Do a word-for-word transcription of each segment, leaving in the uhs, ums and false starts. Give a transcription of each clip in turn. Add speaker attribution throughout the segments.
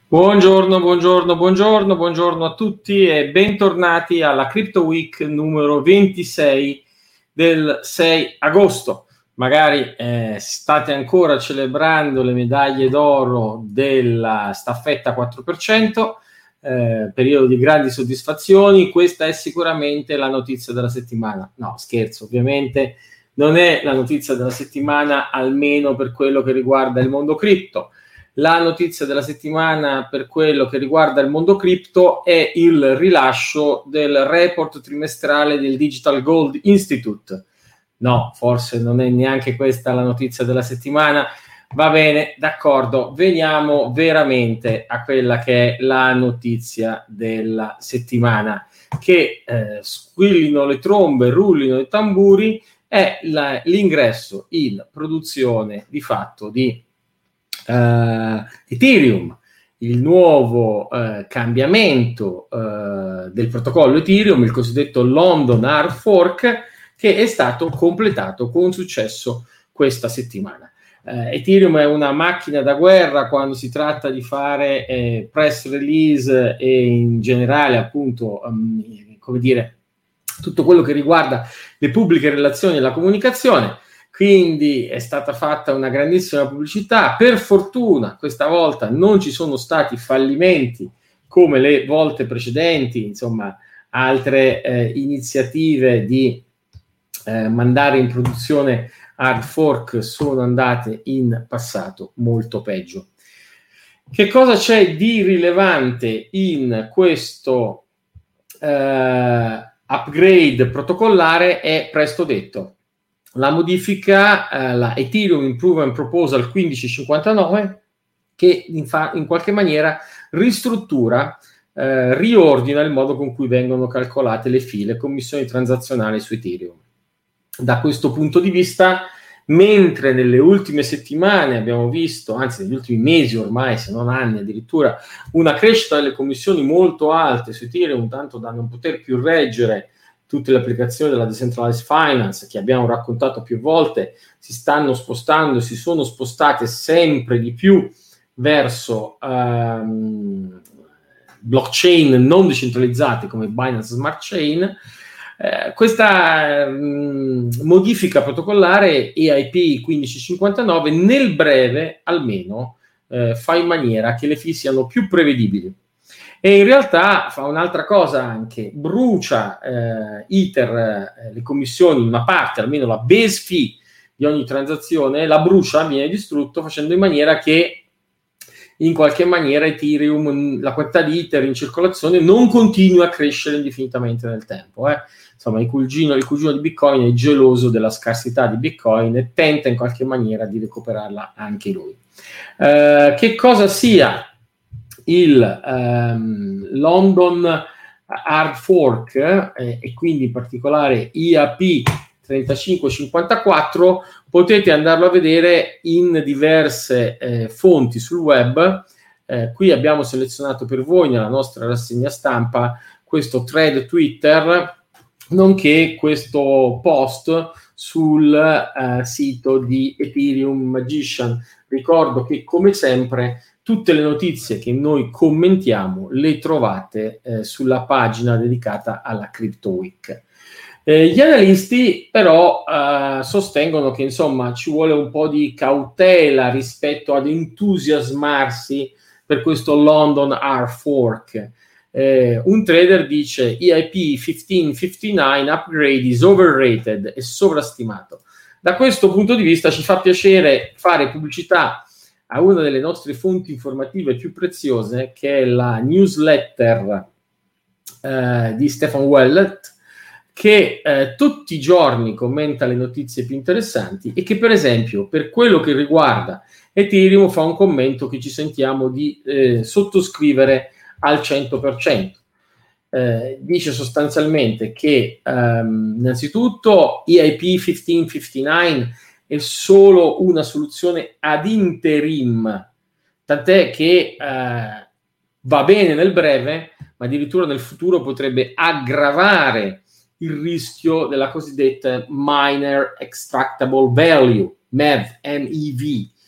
Speaker 1: Buongiorno, buongiorno, buongiorno, buongiorno a tutti e bentornati alla Crypto Week numero ventisei del sei agosto. Magari eh, state ancora celebrando le medaglie d'oro della staffetta quattro per cento, eh, periodo di grandi soddisfazioni. Questa è sicuramente la notizia della settimana. No, scherzo, ovviamente non è la notizia della settimana, almeno per quello che riguarda il mondo cripto. La notizia della settimana per quello che riguarda il mondo cripto è il rilascio del report trimestrale del Digital Gold Institute. No, forse non è neanche questa la notizia della settimana. Va bene, d'accordo. Veniamo veramente a quella che è la notizia della settimana. Che eh, squillino le trombe, rullino i tamburi, è la, l'ingresso in produzione di fatto di Uh, Ethereum, il nuovo uh, cambiamento uh, del protocollo Ethereum, il cosiddetto London Hard Fork, che è stato completato con successo questa settimana. Uh, Ethereum è una macchina da guerra quando si tratta di fare eh, press release e in generale appunto um, come dire tutto quello che riguarda le pubbliche relazioni e la comunicazione. Quindi è stata fatta una grandissima pubblicità. Per fortuna questa volta non ci sono stati fallimenti come le volte precedenti, insomma altre eh, iniziative di eh, mandare in produzione hard fork sono andate in passato molto peggio. Che cosa c'è di rilevante in questo eh, upgrade protocollare è presto detto. La modifica, eh, la Ethereum Improvement Proposal quindici cinquantanove, che in, fa, in qualche maniera ristruttura, eh, riordina il modo con cui vengono calcolate le fee, le commissioni transazionali su Ethereum. Da questo punto di vista, mentre nelle ultime settimane abbiamo visto, anzi negli ultimi mesi ormai, se non anni addirittura, una crescita delle commissioni molto alte su Ethereum, tanto da non poter più reggere tutte le applicazioni della decentralized finance che abbiamo raccontato più volte, si stanno spostando, si sono spostate sempre di più verso um, blockchain non decentralizzate come Binance Smart Chain. Eh, questa um, modifica protocollare E I P quindici cinquantanove nel breve almeno eh, fa in maniera che le fee siano più prevedibili. E in realtà fa un'altra cosa anche, brucia eh, Ether, eh, le commissioni, una parte, almeno la base fee di ogni transazione, la brucia, viene distrutto, facendo in maniera che in qualche maniera Ethereum, la quantità di Ether in circolazione non continua a crescere indefinitamente nel tempo. Eh. Insomma, il cugino, il cugino di Bitcoin è geloso della scarsità di Bitcoin e tenta in qualche maniera di recuperarla anche lui. Eh, che cosa sia il um, London Hard Fork eh, e quindi in particolare I A P trentacinque cinquantaquattro, potete andarlo a vedere in diverse eh, fonti sul web. Eh, qui abbiamo selezionato per voi nella nostra rassegna stampa questo thread Twitter, nonché questo post sul eh, sito di Ethereum Magician. Ricordo che come sempre tutte le notizie che noi commentiamo le trovate eh, sulla pagina dedicata alla Crypto Week. Eh, gli analisti però eh, sostengono che insomma ci vuole un po' di cautela rispetto ad entusiasmarsi per questo London Hard Fork. Eh, un trader dice E I P quindici cinquantanove upgrade is overrated, è sovrastimato. Da questo punto di vista ci fa piacere fare pubblicità a una delle nostre fonti informative più preziose, che è la newsletter eh, di Stefan Wellett, che eh, tutti i giorni commenta le notizie più interessanti e che per esempio per quello che riguarda Ethereum fa un commento che ci sentiamo di eh, sottoscrivere al cento per cento. Eh, dice sostanzialmente che um, innanzitutto E I P quindici cinquantanove è solo una soluzione ad interim, tant'è che eh, va bene nel breve, ma addirittura nel futuro potrebbe aggravare il rischio della cosiddetta Miner Extractable Value, M E V, M E V. M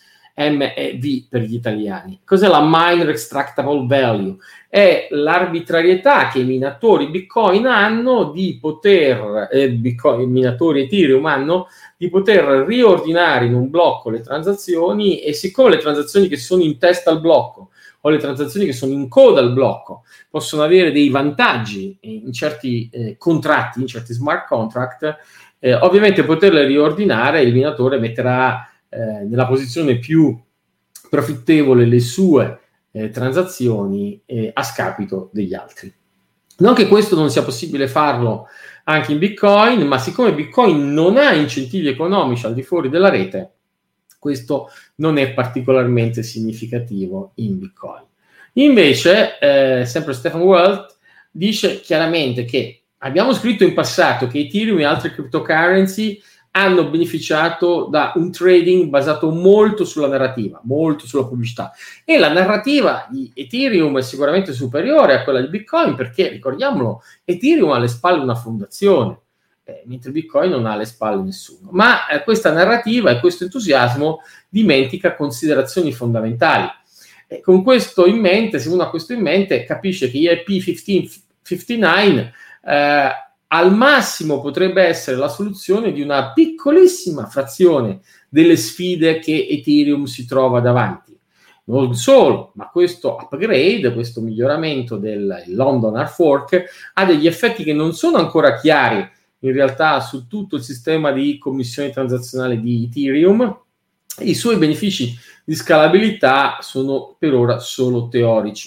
Speaker 1: M E V per gli italiani. Cos'è la Miner Extractable Value? È l'arbitrarietà che i minatori Bitcoin hanno di poter, eh, Bitcoin, i minatori Ethereum hanno di poter riordinare in un blocco le transazioni, e siccome le transazioni che sono in testa al blocco o le transazioni che sono in coda al blocco possono avere dei vantaggi in certi eh, contratti, in certi smart contract, eh, ovviamente poterle riordinare, il minatore metterà eh, nella posizione più profittevole le sue eh, transazioni eh, a scapito degli altri. Non che questo non sia possibile farlo anche in Bitcoin, ma siccome Bitcoin non ha incentivi economici al di fuori della rete, questo non è particolarmente significativo in Bitcoin. Invece, eh, sempre Stephen Walt dice chiaramente che abbiamo scritto in passato che Ethereum e altre cryptocurrency hanno beneficiato da un trading basato molto sulla narrativa, molto sulla pubblicità. E la narrativa di Ethereum è sicuramente superiore a quella di Bitcoin, perché, ricordiamolo, Ethereum ha alle spalle una fondazione, eh, mentre Bitcoin non ha alle spalle nessuno. Ma eh, questa narrativa e questo entusiasmo dimentica considerazioni fondamentali. E con questo in mente, se uno ha questo in mente, capisce che E I P cinquecentocinquantanove eh, al massimo potrebbe essere la soluzione di una piccolissima frazione delle sfide che Ethereum si trova davanti. Non solo, ma questo upgrade, questo miglioramento del London Hard Fork ha degli effetti che non sono ancora chiari in realtà su tutto il sistema di commissioni transazionali di Ethereum. I suoi benefici di scalabilità sono per ora solo teorici.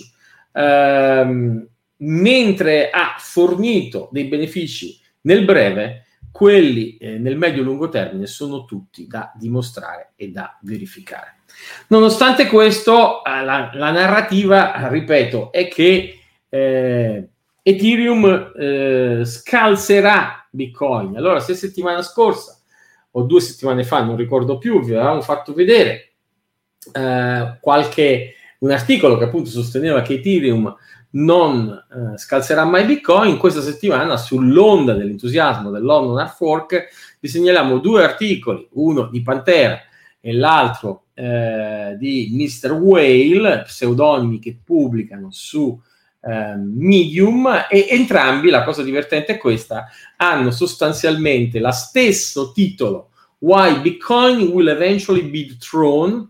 Speaker 1: Ehm, mentre ha fornito dei benefici nel breve, quelli eh, nel medio-lungo termine sono tutti da dimostrare e da verificare. Nonostante questo, eh, la, la narrativa, ripeto, è che eh, Ethereum eh, scalzerà Bitcoin. Allora, se settimana scorsa o due settimane fa, non ricordo più, vi avevamo fatto vedere eh, qualche un articolo che appunto sosteneva che Ethereum non eh, scalzerà mai Bitcoin, questa settimana sull'onda dell'entusiasmo del London Hard Fork vi segnaliamo due articoli, uno di Pantera e l'altro eh, di mister Whale, pseudonimi che pubblicano su eh, Medium, e entrambi, la cosa divertente è questa, hanno sostanzialmente lo stesso titolo: Why Bitcoin Will Eventually Be Dethroned,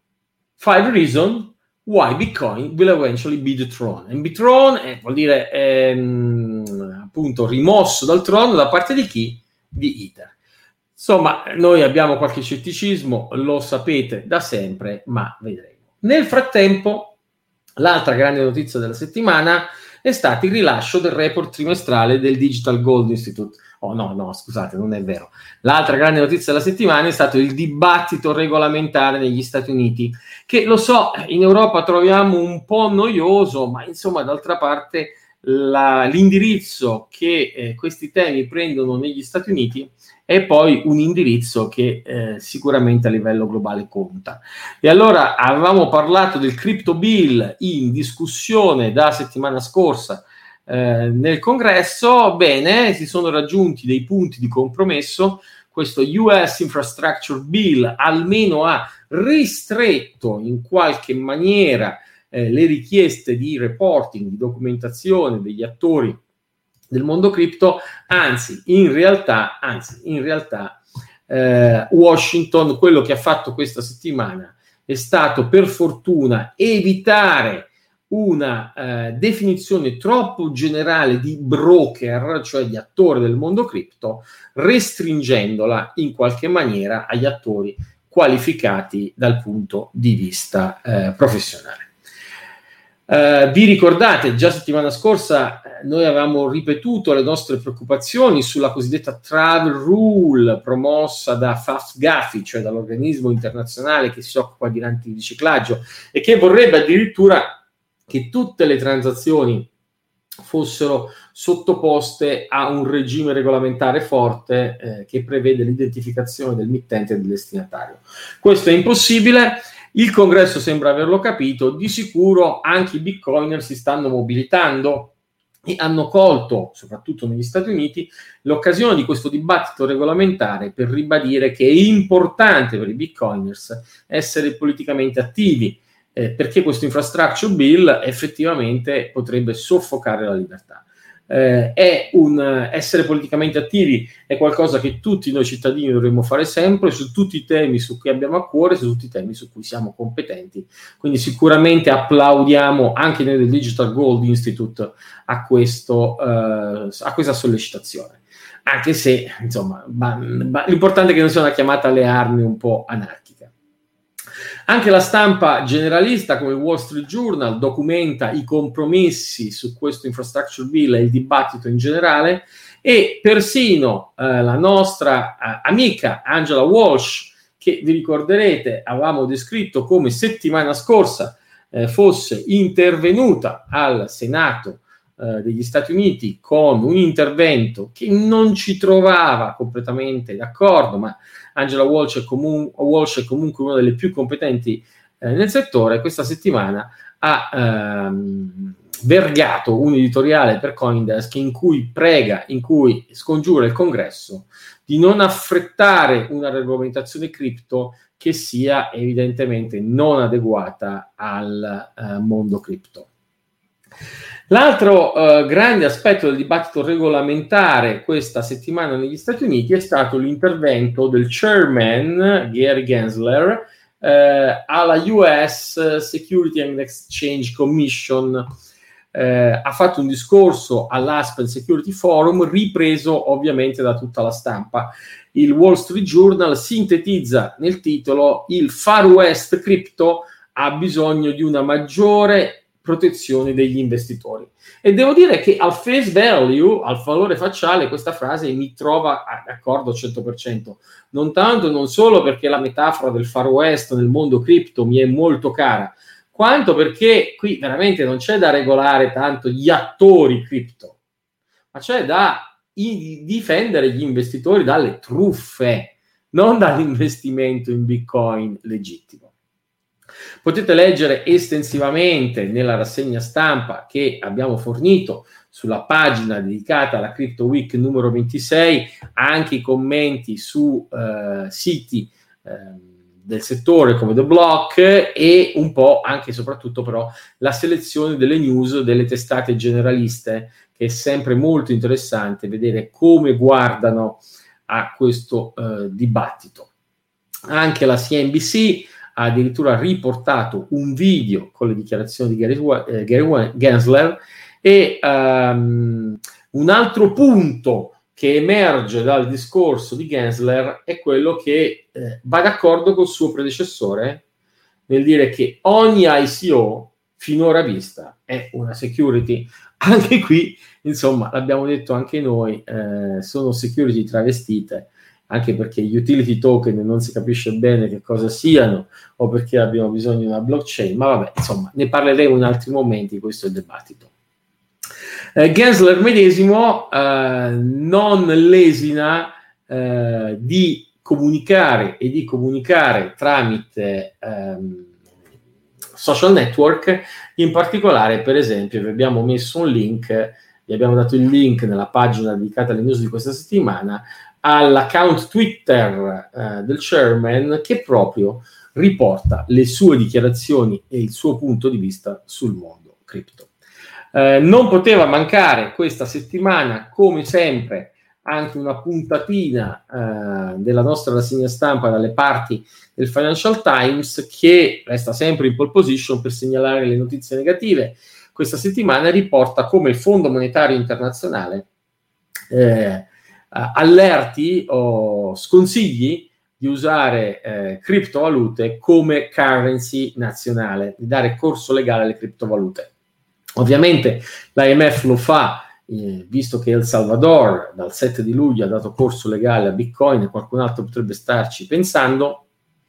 Speaker 1: Five Reasons Why Bitcoin Will Eventually Be Dethroned. And dethroned eh, vuol dire ehm, appunto rimosso dal trono da parte di chi? Di Ether. Insomma, noi abbiamo qualche scetticismo, lo sapete da sempre, ma vedremo. Nel frattempo, l'altra grande notizia della settimana è stato il rilascio del report trimestrale del Digital Gold Institute. Oh no, no, scusate, non è vero. L'altra grande notizia della settimana è stato il dibattito regolamentare negli Stati Uniti, che, lo so, in Europa troviamo un po' noioso, ma insomma, d'altra parte, la, l'indirizzo che eh, questi temi prendono negli Stati Uniti è poi un indirizzo che eh, sicuramente a livello globale conta. E allora avevamo parlato del crypto bill in discussione da settimana scorsa eh, nel Congresso. Bene, si sono raggiunti dei punti di compromesso. Questo U S Infrastructure Bill almeno ha ristretto in qualche maniera eh, le richieste di reporting, di documentazione degli attori del mondo cripto, anzi in realtà, anzi, in realtà eh, Washington, quello che ha fatto questa settimana è stato, per fortuna, evitare una eh, definizione troppo generale di broker, cioè di attori del mondo cripto, restringendola in qualche maniera agli attori qualificati dal punto di vista eh, professionale. Uh, vi ricordate, già settimana scorsa eh, noi avevamo ripetuto le nostre preoccupazioni sulla cosiddetta travel rule promossa da F A F Gafi, cioè dall'organismo internazionale che si occupa di antiriciclaggio, e che vorrebbe addirittura che tutte le transazioni fossero sottoposte a un regime regolamentare forte eh, che prevede l'identificazione del mittente e del destinatario. Questo è impossibile. Il Congresso sembra averlo capito, di sicuro anche i bitcoiner si stanno mobilitando e hanno colto, soprattutto negli Stati Uniti, l'occasione di questo dibattito regolamentare per ribadire che è importante per i bitcoiners essere politicamente attivi, eh, perché questo infrastructure bill effettivamente potrebbe soffocare la libertà. Eh, è un essere politicamente attivi è qualcosa che tutti noi cittadini dovremmo fare sempre su tutti i temi su cui abbiamo a cuore, su tutti i temi su cui siamo competenti. Quindi sicuramente applaudiamo anche noi del Digital Gold Institute a, questo, eh, a questa sollecitazione, anche se insomma ba, ba, l'importante è che non sia una chiamata alle armi un po' anarchica. Anche la stampa generalista come il Wall Street Journal documenta i compromessi su questo infrastructure bill e il dibattito in generale, e persino eh, la nostra eh, amica Angela Walsh, che vi ricorderete avevamo descritto come settimana scorsa eh, fosse intervenuta al Senato eh, degli Stati Uniti con un intervento che non ci trovava completamente d'accordo, ma Angela Walsh è, comun- Walsh è comunque una delle più competenti eh, nel settore. Questa settimana ha ehm, vergato un editoriale per CoinDesk in cui prega, in cui scongiura il Congresso di non affrettare una regolamentazione cripto che sia evidentemente non adeguata al eh, mondo cripto. L'altro eh, grande aspetto del dibattito regolamentare questa settimana negli Stati Uniti è stato l'intervento del chairman Gary Gensler eh, alla U S Security and Exchange Commission. Eh, ha fatto un discorso all'Aspen Security Forum ripreso ovviamente da tutta la stampa. Il Wall Street Journal sintetizza nel titolo: il Far West Crypto ha bisogno di una maggiore protezione degli investitori. E devo dire che al face value, al valore facciale, questa frase mi trova d'accordo al cento per cento. Non tanto, non solo perché la metafora del Far West nel mondo cripto mi è molto cara, quanto perché qui veramente non c'è da regolare tanto gli attori cripto, ma c'è da i- difendere gli investitori dalle truffe, non dall'investimento in Bitcoin legittimo. Potete leggere estensivamente nella rassegna stampa che abbiamo fornito sulla pagina dedicata alla Crypto Week numero ventisei anche i commenti su eh, siti eh, del settore come The Block e un po' anche e soprattutto però la selezione delle news delle testate generaliste, che è sempre molto interessante vedere come guardano a questo eh, dibattito. Anche la C N B C ha addirittura riportato un video con le dichiarazioni di Gary, eh, Gary Gensler e um, un altro punto che emerge dal discorso di Gensler è quello che eh, va d'accordo col suo predecessore nel dire che ogni I C O finora vista è una security. Anche qui, insomma, l'abbiamo detto anche noi, eh, sono security travestite, anche perché gli utility token non si capisce bene che cosa siano o perché abbiamo bisogno di una blockchain, ma vabbè, insomma, ne parleremo in altri momenti, questo è il dibattito. Eh, Gensler medesimo eh, non lesina eh, di comunicare e di comunicare tramite ehm, social network, in particolare, per esempio, vi abbiamo messo un link, vi abbiamo dato il link nella pagina dedicata alle news di questa settimana, all'account Twitter eh, del chairman, che proprio riporta le sue dichiarazioni e il suo punto di vista sul mondo cripto. Eh, non poteva mancare questa settimana, come sempre, anche una puntatina eh, della nostra rassegna stampa dalle parti del Financial Times, che resta sempre in pole position per segnalare le notizie negative. Questa settimana riporta come il Fondo Monetario Internazionale eh, Uh, allerti o sconsigli di usare eh, criptovalute come currency nazionale, di dare corso legale alle criptovalute. Ovviamente l'I M F lo fa, eh, visto che El Salvador dal sette di luglio ha dato corso legale a Bitcoin e qualcun altro potrebbe starci pensando.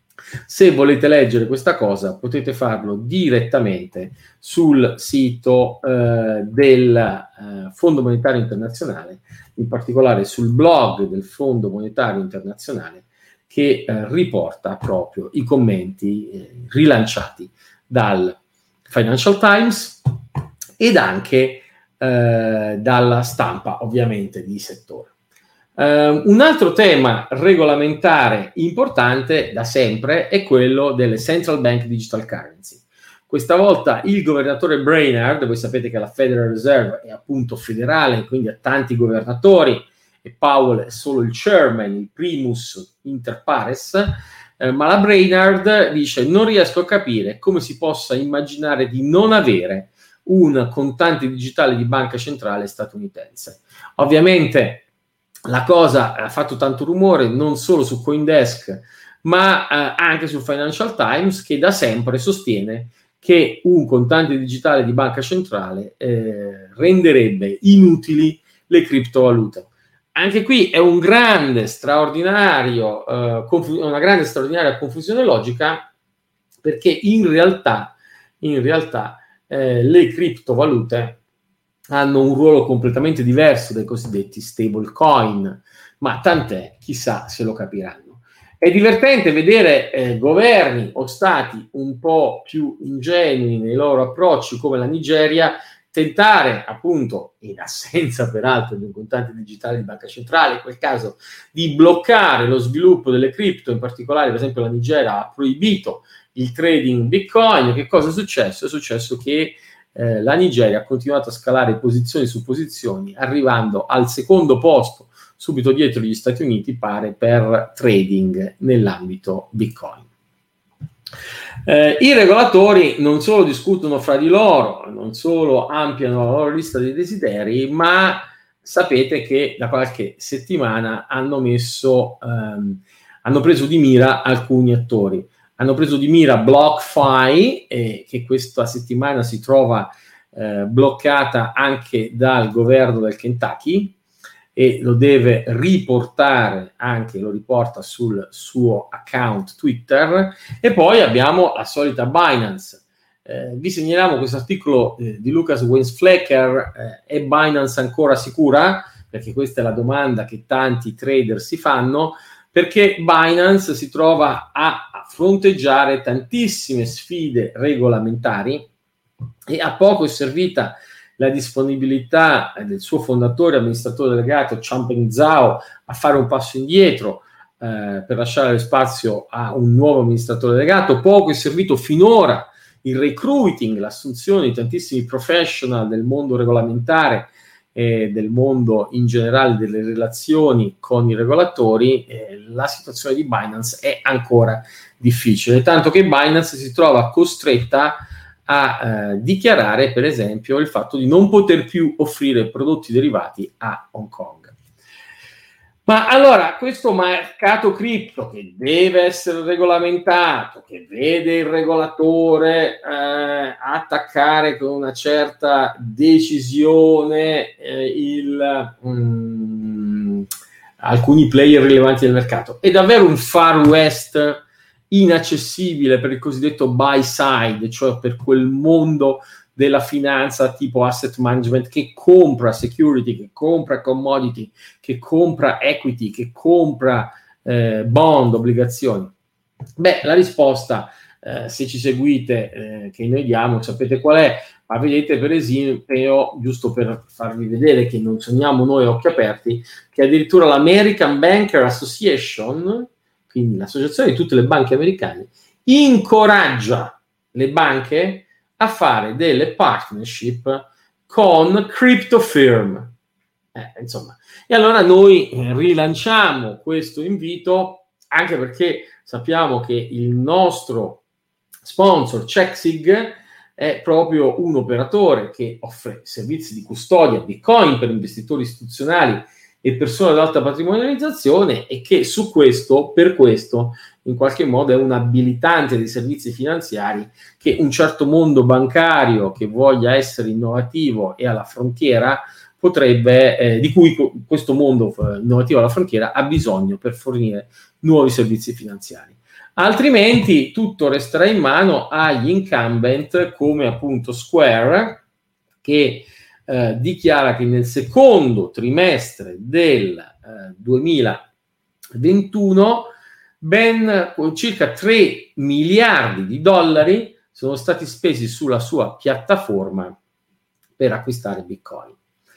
Speaker 1: Se volete leggere questa cosa potete farlo direttamente sul sito eh, del eh, Fondo Monetario Internazionale, in particolare sul blog del Fondo Monetario Internazionale, che eh, riporta proprio i commenti eh, rilanciati dal Financial Times ed anche eh, dalla stampa ovviamente di settore. Uh, un altro tema regolamentare importante da sempre è quello delle Central Bank Digital Currency. Questa volta il governatore Brainard, voi sapete che la Federal Reserve è appunto federale, quindi ha tanti governatori, e Powell è solo il chairman, il primus inter pares, eh, ma la Brainard dice: non riesco a capire come si possa immaginare di non avere un contante digitale di banca centrale statunitense. Ovviamente la cosa ha fatto tanto rumore non solo su CoinDesk, ma eh, anche sul Financial Times, che da sempre sostiene che un contante digitale di banca centrale eh, renderebbe inutili le criptovalute. Anche qui è un grande, straordinario, eh, confu- una grande, straordinaria confusione logica, perché in realtà, in realtà eh, le criptovalute hanno un ruolo completamente diverso dai cosiddetti stablecoin, ma tant'è, chissà se lo capiranno. È divertente vedere eh, governi o stati un po' più ingenui nei loro approcci, come la Nigeria, tentare, appunto, in assenza peraltro di un contante digitale di banca centrale, in quel caso, di bloccare lo sviluppo delle cripto. In particolare, per esempio, la Nigeria ha proibito il trading Bitcoin. Che cosa è successo? È successo che Eh, la Nigeria ha continuato a scalare posizioni su posizioni, arrivando al secondo posto, subito dietro gli Stati Uniti, pare, per trading nell'ambito Bitcoin. Eh, I regolatori non solo discutono fra di loro, non solo ampliano la loro lista dei desideri, ma sapete che da qualche settimana hanno messo, ehm, hanno preso di mira alcuni attori. Hanno preso di mira BlockFi, eh, che questa settimana si trova eh, bloccata anche dal governo del Kentucky, e lo deve riportare anche, lo riporta sul suo account Twitter. E poi abbiamo la solita Binance. Eh, vi segnaliamo questo articolo eh, di Lucas Wensflecker, eh, è Binance ancora sicura? Perché questa è la domanda che tanti trader si fanno, perché Binance si trova a fronteggiare tantissime sfide regolamentari, e a poco è servita la disponibilità del suo fondatore e amministratore delegato Changpeng Zhao a fare un passo indietro eh, per lasciare spazio a un nuovo amministratore delegato. Poco è servito finora il recruiting, l'assunzione di tantissimi professional del mondo regolamentare e del mondo in generale delle relazioni con i regolatori. Eh, la situazione di Binance è ancora difficile, tanto che Binance si trova costretta a eh, dichiarare, per esempio, il fatto di non poter più offrire prodotti derivati a Hong Kong. Ma allora, questo mercato cripto che deve essere regolamentato, che vede il regolatore eh, attaccare con una certa decisione eh, il, mm, alcuni player rilevanti del mercato, è davvero un Far West inaccessibile per il cosiddetto buy side, cioè per quel mondo della finanza tipo asset management che compra security, che compra commodity, che compra equity, che compra eh, bond, obbligazioni. Beh, la risposta, eh, se ci seguite, eh, che noi diamo, sapete qual è, ma vedete per esempio, giusto per farvi vedere che non sogniamo noi a occhi aperti, che addirittura l'American Banker Association, quindi l'associazione di tutte le banche americane, incoraggia le banche a fare delle partnership con crypto firm. Eh, insomma, e allora noi eh, rilanciamo questo invito, anche perché sappiamo che il nostro sponsor CheckSig è proprio un operatore che offre servizi di custodia Bitcoin per investitori istituzionali e persone ad alta patrimonializzazione, e che su questo, per questo, in qualche modo è un abilitante dei servizi finanziari che un certo mondo bancario che voglia essere innovativo e alla frontiera potrebbe, eh, di cui questo mondo eh, innovativo alla frontiera ha bisogno per fornire nuovi servizi finanziari. Altrimenti tutto resterà in mano agli incumbent come appunto Square, che eh, dichiara che nel secondo trimestre del eh, duemilaventuno ben circa tre miliardi di dollari sono stati spesi sulla sua piattaforma per acquistare Bitcoin.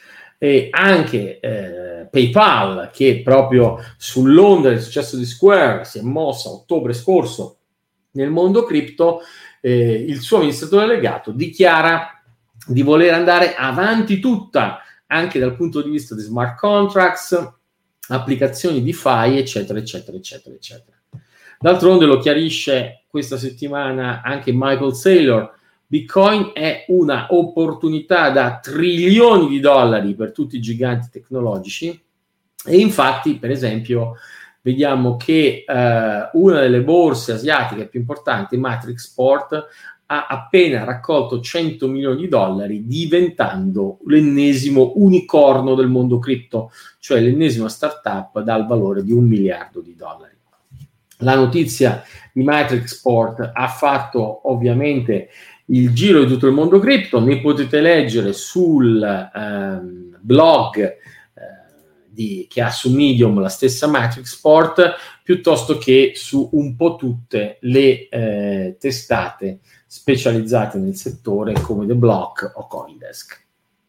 Speaker 1: E anche eh, PayPal, che proprio sull'onda del successo di Square si è mossa a ottobre scorso nel mondo cripto, eh, il suo amministratore delegato dichiara di voler andare avanti tutta, anche dal punto di vista di smart contracts, applicazioni DeFi, eccetera, eccetera, eccetera, eccetera. D'altronde lo chiarisce questa settimana anche Michael Saylor: Bitcoin è una opportunità da trilioni di dollari per tutti i giganti tecnologici, e infatti, per esempio, vediamo che eh, una delle borse asiatiche più importanti, Matrixport, ha appena raccolto cento milioni di dollari, diventando l'ennesimo unicorno del mondo cripto, cioè l'ennesima startup dal valore di un miliardo di dollari. La notizia di Matrixport ha fatto ovviamente il giro di tutto il mondo cripto. Ne potete leggere sul ehm, blog eh, di, che ha su Medium la stessa Matrixport, piuttosto che su un po' tutte le eh, testate specializzate nel settore come The Block o CoinDesk.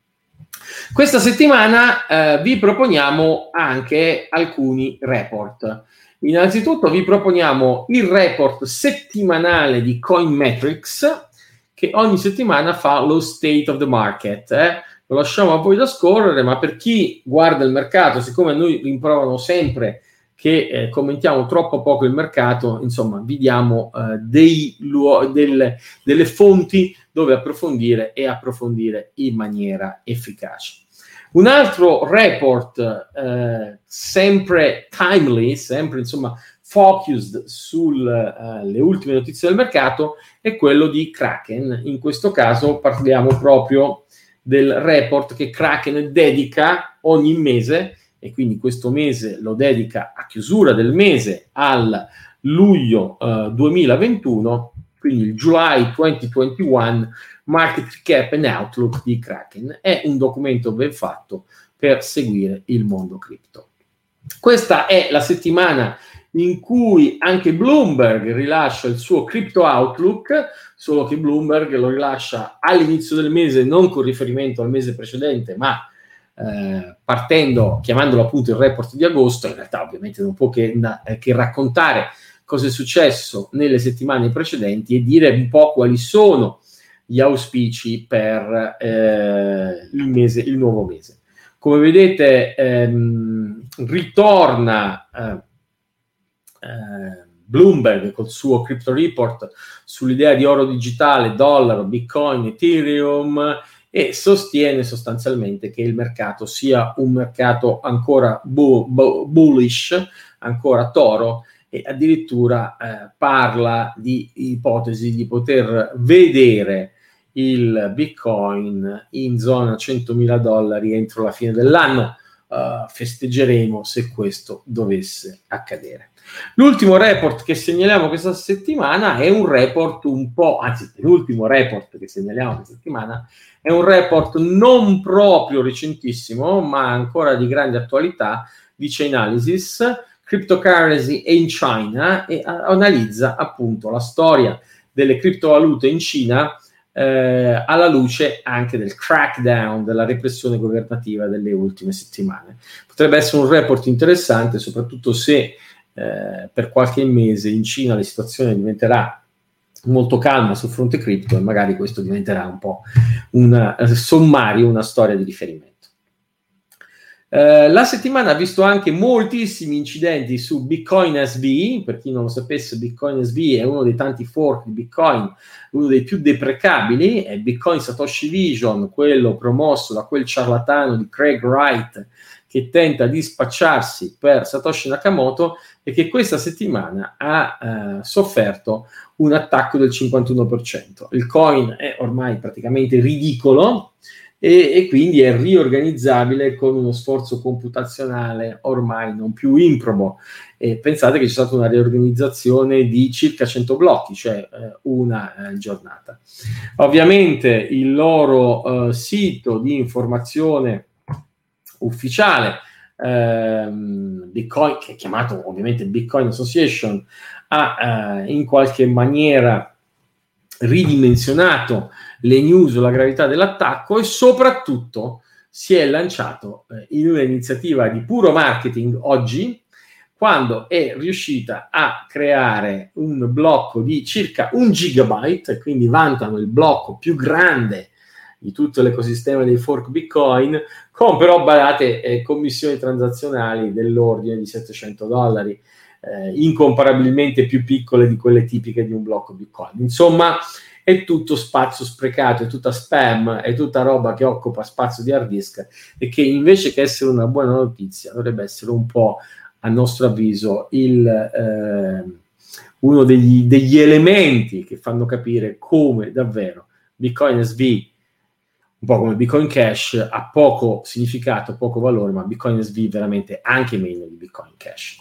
Speaker 1: Questa settimana eh, vi proponiamo anche alcuni report. Innanzitutto vi proponiamo il report settimanale di Coinmetrics, che ogni settimana fa lo state of the market. Eh? Lo lasciamo a voi da scorrere, ma per chi guarda il mercato, siccome a noi rimprovano sempre che eh, commentiamo troppo poco il mercato, insomma, vi diamo eh, dei luo- del, delle fonti dove approfondire e approfondire in maniera efficace. Un altro report eh, sempre timely, sempre insomma focused sulle uh, ultime notizie del mercato, è quello di Kraken. In questo caso parliamo proprio del report che Kraken dedica ogni mese, e quindi questo mese lo dedica a chiusura del mese al luglio uh, duemilaventuno, quindi il July duemilaventuno Market Cap and Outlook di Kraken. È un documento ben fatto per seguire il mondo cripto. Questa è la settimana in cui anche Bloomberg rilascia il suo Crypto Outlook, solo che Bloomberg lo rilascia all'inizio del mese, non con riferimento al mese precedente, ma eh, partendo, chiamandolo appunto il report di agosto. In realtà ovviamente non può che, che raccontare cosa è successo nelle settimane precedenti e dire un po' quali sono gli auspici per eh, il mese, il nuovo mese. Come vedete, ehm, ritorna eh, eh, Bloomberg col suo Crypto Report sull'idea di oro digitale, dollaro, Bitcoin, Ethereum, e sostiene sostanzialmente che il mercato sia un mercato ancora bu- bu- bullish, ancora toro, e addirittura eh, parla di ipotesi di poter vedere il Bitcoin in zona centomila dollari entro la fine dell'anno. Uh, festeggeremo se questo dovesse accadere. L'ultimo report che segnaliamo questa settimana è un report un po', anzi l'ultimo report che segnaliamo questa settimana è un report non proprio recentissimo, ma ancora di grande attualità, di Chainalysis, Cryptocurrency in China, e analizza appunto la storia delle criptovalute in Cina eh, alla luce anche del crackdown, della repressione governativa delle ultime settimane. Potrebbe essere un report interessante, soprattutto se eh, per qualche mese in Cina la situazione diventerà molto calma sul fronte cripto, e magari questo diventerà un po' un sommario, una storia di riferimento. Uh, la settimana ha visto anche moltissimi incidenti su Bitcoin S V. Per chi non lo sapesse, Bitcoin S V è uno dei tanti fork di Bitcoin, uno dei più deprecabili. È Bitcoin Satoshi Vision, quello promosso da quel ciarlatano di Craig Wright che tenta di spacciarsi per Satoshi Nakamoto, e che questa settimana ha uh, sofferto un attacco del cinquantuno per cento. Il coin è ormai praticamente ridicolo, E, e quindi è riorganizzabile con uno sforzo computazionale ormai non più improbo. E pensate che c'è stata una riorganizzazione di circa cento blocchi, cioè eh, una eh, giornata. Ovviamente il loro eh, sito di informazione ufficiale, ehm, Bitcoin, che è chiamato ovviamente Bitcoin Association, ha eh, in qualche maniera ridimensionato le news, la gravità dell'attacco, e soprattutto si è lanciato eh, in un'iniziativa di puro marketing oggi, quando è riuscita a creare un blocco di circa un gigabyte, quindi vantano il blocco più grande di tutto l'ecosistema dei fork Bitcoin, con però badate eh, commissioni transazionali dell'ordine di settecento dollari, eh, incomparabilmente più piccole di quelle tipiche di un blocco Bitcoin. Insomma, è tutto spazio sprecato, è tutta spam, è tutta roba che occupa spazio di hard disk e che invece che essere una buona notizia dovrebbe essere un po', a nostro avviso, il, eh, uno degli, degli elementi che fanno capire come davvero Bitcoin S V, un po' come Bitcoin Cash, ha poco significato, poco valore, ma Bitcoin S V veramente anche meno di Bitcoin Cash.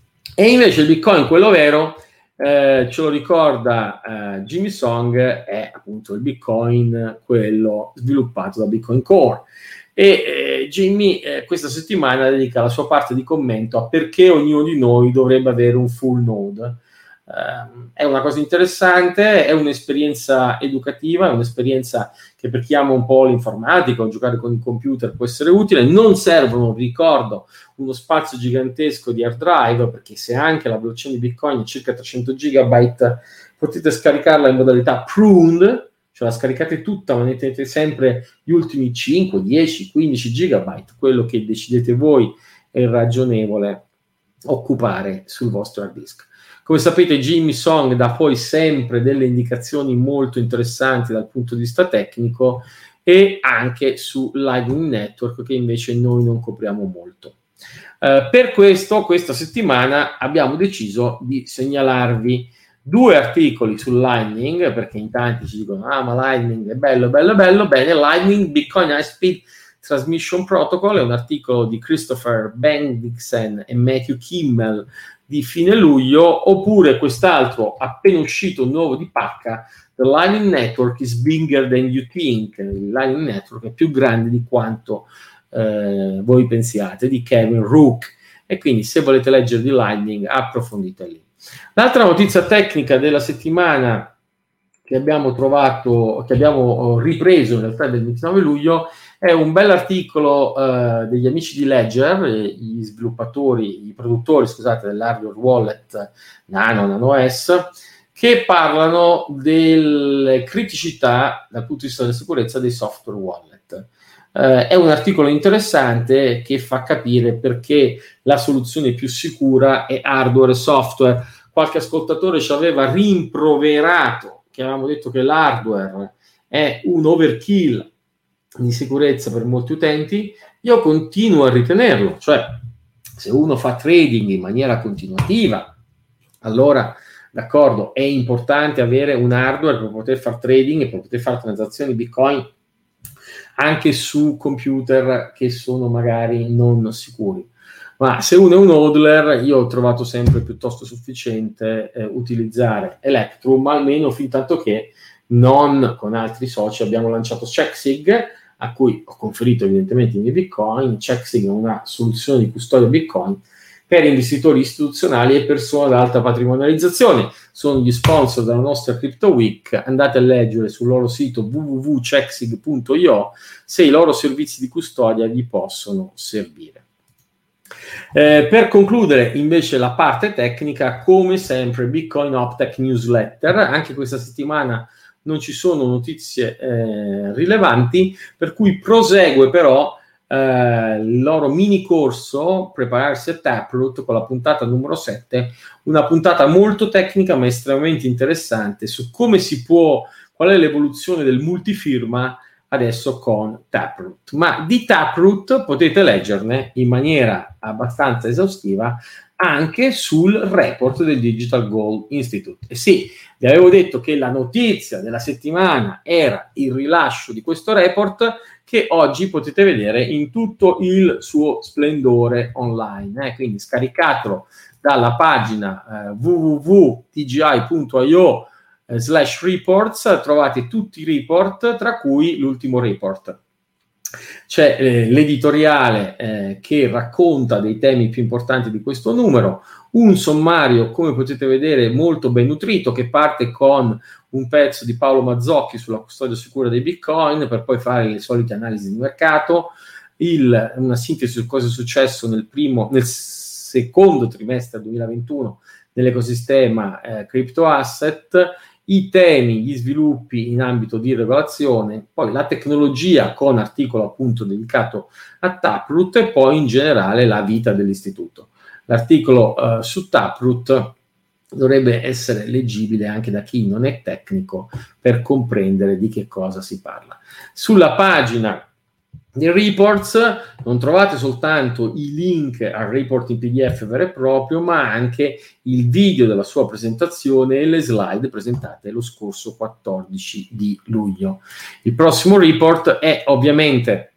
Speaker 1: E invece il Bitcoin, quello vero, eh, ce lo ricorda eh, Jimmy Song, è appunto il Bitcoin, quello sviluppato da Bitcoin Core. E eh, Jimmy eh, questa settimana dedica la sua parte di commento a perché ognuno di noi dovrebbe avere un full node. Uh, è una cosa interessante, è un'esperienza educativa, è un'esperienza che per chi ama un po' l'informatica o giocare con il computer può essere utile. Non servono, vi ricordo, uno spazio gigantesco di hard drive, perché se anche la blockchain di Bitcoin è circa trecento gigabyte, potete scaricarla in modalità pruned, cioè la scaricate tutta ma ne tenete sempre gli ultimi cinque, dieci, quindici gigabyte, quello che decidete voi è ragionevole occupare sul vostro hard disk. Come sapete, Jimmy Song dà poi sempre delle indicazioni molto interessanti dal punto di vista tecnico e anche su Lightning Network, che invece noi non copriamo molto. Uh, per questo, questa settimana abbiamo deciso di segnalarvi due articoli su Lightning, perché in tanti ci dicono ah ma Lightning è bello, bello, bello. Bene, Lightning Bitcoin High Speed Transmission Protocol è un articolo di Christopher Bendixen e Matthew Kimmel di fine luglio, oppure quest'altro appena uscito nuovo di pacca, The Lightning Network is bigger than you think. Il Lightning Network è più grande di quanto eh, voi pensiate, di Kevin Rook. E quindi se volete leggere di Lightning approfondite lì. L'altra notizia tecnica della settimana che abbiamo trovato, che abbiamo ripreso in realtà del ventinove luglio, è un bell'articolo uh, degli amici di Ledger, gli sviluppatori, i produttori, scusate, dell'hardware wallet Nano, Nano S, che parlano delle criticità dal punto di vista della sicurezza dei software wallet. Uh, è un articolo interessante che fa capire perché la soluzione più sicura è hardware e software. Qualche ascoltatore ci aveva rimproverato che avevamo detto che l'hardware è un overkill di sicurezza per molti utenti. Io continuo a ritenerlo, cioè se uno fa trading in maniera continuativa, allora d'accordo, è importante avere un hardware per poter fare trading e per poter fare transazioni Bitcoin anche su computer che sono magari non sicuri. Ma se uno è un hodler, io ho trovato sempre piuttosto sufficiente eh, utilizzare Electrum, almeno fin tanto che non con altri soci abbiamo lanciato CheckSig, a cui ho conferito evidentemente i miei Bitcoin. CheckSig è una soluzione di custodia Bitcoin per investitori istituzionali e persone ad alta patrimonializzazione. Sono gli sponsor della nostra Crypto Week. Andate a leggere sul loro sito w w w punto checksig punto i o se i loro servizi di custodia vi possono servire. Eh, per concludere invece la parte tecnica, come sempre Bitcoin Optech Newsletter. Anche questa settimana non ci sono notizie eh, rilevanti, per cui prosegue però eh, il loro mini corso Prepararsi a Taproot con la puntata numero sette, una puntata molto tecnica ma estremamente interessante su come si può, qual è l'evoluzione del multifirma adesso con Taproot. Ma di Taproot potete leggerne in maniera abbastanza esaustiva anche sul report del Digital Gold Institute. E sì, vi avevo detto che la notizia della settimana era il rilascio di questo report, che oggi potete vedere in tutto il suo splendore online. Eh? Quindi scaricatelo dalla pagina eh, w w w punto t g i punto i o slash reports, trovate tutti i report, tra cui l'ultimo report. C'è eh, l'editoriale eh, che racconta dei temi più importanti di questo numero, un sommario, come potete vedere, molto ben nutrito, che parte con un pezzo di Paolo Mazzocchi sulla custodia sicura dei Bitcoin, per poi fare le solite analisi di mercato, il, una sintesi su cosa è successo nel, primo, nel secondo trimestre duemilaventuno nell'ecosistema eh, crypto asset, i temi, gli sviluppi in ambito di regolazione, poi la tecnologia con articolo appunto dedicato a Taproot e poi in generale la vita dell'istituto. L'articolo eh, su Taproot dovrebbe essere leggibile anche da chi non è tecnico per comprendere di che cosa si parla. Sulla pagina del reports non trovate soltanto i link al report in P D F vero e proprio, ma anche il video della sua presentazione e le slide presentate lo scorso quattordici di luglio. Il prossimo report è ovviamente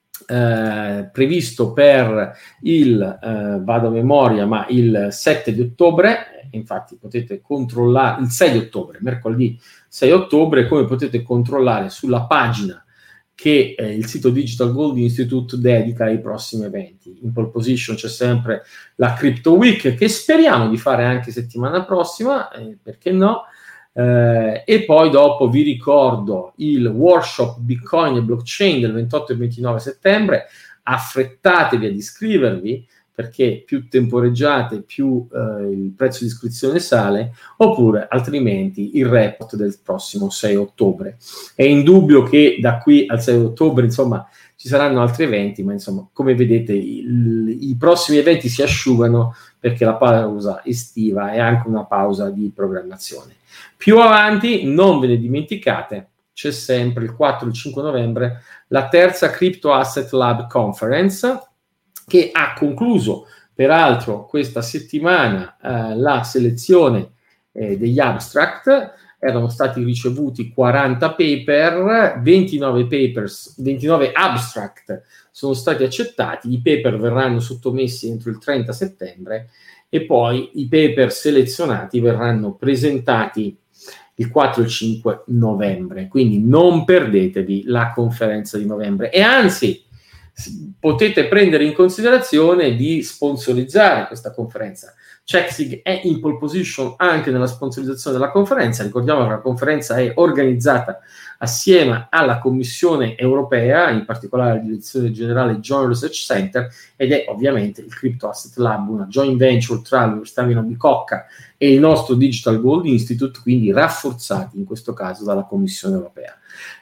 Speaker 1: eh, previsto per il, eh, vado a memoria, ma il sette di ottobre, infatti potete controllare, il sei di ottobre, mercoledì sei ottobre, come potete controllare sulla pagina che eh, il sito Digital Gold Institute dedica ai prossimi eventi. In pole position c'è sempre la Crypto Week, che speriamo di fare anche settimana prossima, eh, perché no? Eh, e poi dopo vi ricordo il workshop Bitcoin e Blockchain del ventotto e ventinove settembre. Affrettatevi ad iscrivervi, perché più temporeggiate più eh, il prezzo di iscrizione sale, oppure altrimenti il report del prossimo sei ottobre. È indubbio che da qui al sei ottobre, insomma, ci saranno altri eventi, ma insomma, come vedete, il, i prossimi eventi si asciugano perché la pausa estiva è anche una pausa di programmazione. Più avanti, non ve ne dimenticate, c'è sempre il quattro e il cinque novembre la terza Crypto Asset Lab Conference, che ha concluso peraltro questa settimana eh, la selezione eh, degli abstract. Erano stati ricevuti quaranta paper, ventinove papers, ventinove abstract sono stati accettati, i paper verranno sottomessi entro il trenta settembre e poi i paper selezionati verranno presentati il quattro e il cinque novembre, quindi non perdetevi la conferenza di novembre e anzi potete prendere in considerazione di sponsorizzare questa conferenza. CheckSig è in pole position anche nella sponsorizzazione della conferenza. Ricordiamo che la conferenza è organizzata assieme alla Commissione Europea, in particolare alla Direzione Generale Joint Research Center, ed è ovviamente il Crypto Asset Lab, una joint venture tra l'Università Milano Bicocca e il nostro Digital Gold Institute, quindi rafforzati in questo caso dalla Commissione Europea.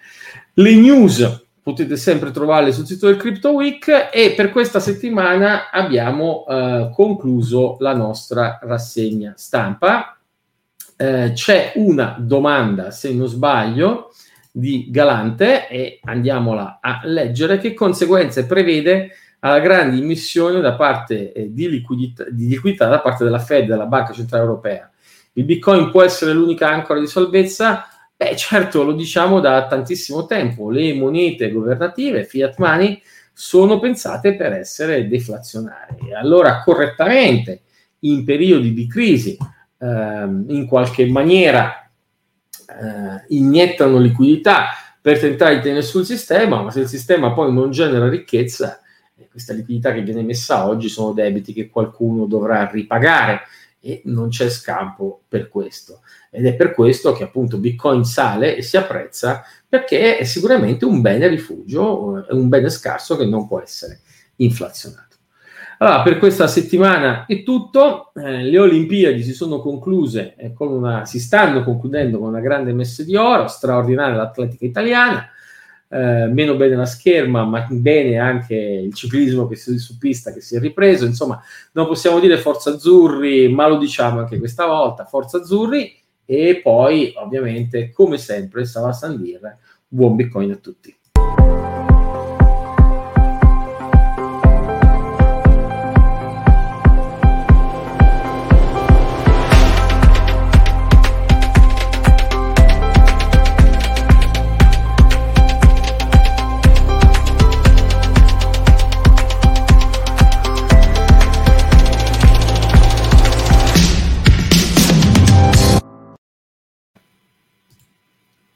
Speaker 1: Le news potete sempre trovarle sul sito del Crypto Week e per questa settimana abbiamo eh, concluso la nostra rassegna stampa. Eh, c'è una domanda, se non sbaglio, di Galante e andiamola a leggere. Che conseguenze prevede alla grande immissione da parte eh, di, liquidità, di liquidità da parte della Fed, della Banca Centrale Europea? Il Bitcoin può essere l'unica ancora di salvezza? Beh, certo, lo diciamo da tantissimo tempo, le monete governative, fiat money, sono pensate per essere deflazionarie. Allora, correttamente, in periodi di crisi, ehm, in qualche maniera eh, iniettano liquidità per tentare di tenere sul sistema, ma se il sistema poi non genera ricchezza, eh, questa liquidità che viene messa oggi sono debiti che qualcuno dovrà ripagare e non c'è scampo per questo. Ed è per questo che appunto Bitcoin sale e si apprezza, perché è sicuramente un bene rifugio, è un bene scarso che non può essere inflazionato. Allora, per questa settimana è tutto. Eh, le Olimpiadi si sono concluse, eh, con una, si stanno concludendo con una grande messe di oro, straordinaria l'atletica italiana, eh, meno bene la scherma, ma bene anche il ciclismo che si, su pista che si è ripreso. Insomma, non possiamo dire forza azzurri, ma lo diciamo anche questa volta, forza azzurri. E poi, ovviamente, come sempre, Sava Sandir, buon Bitcoin a tutti.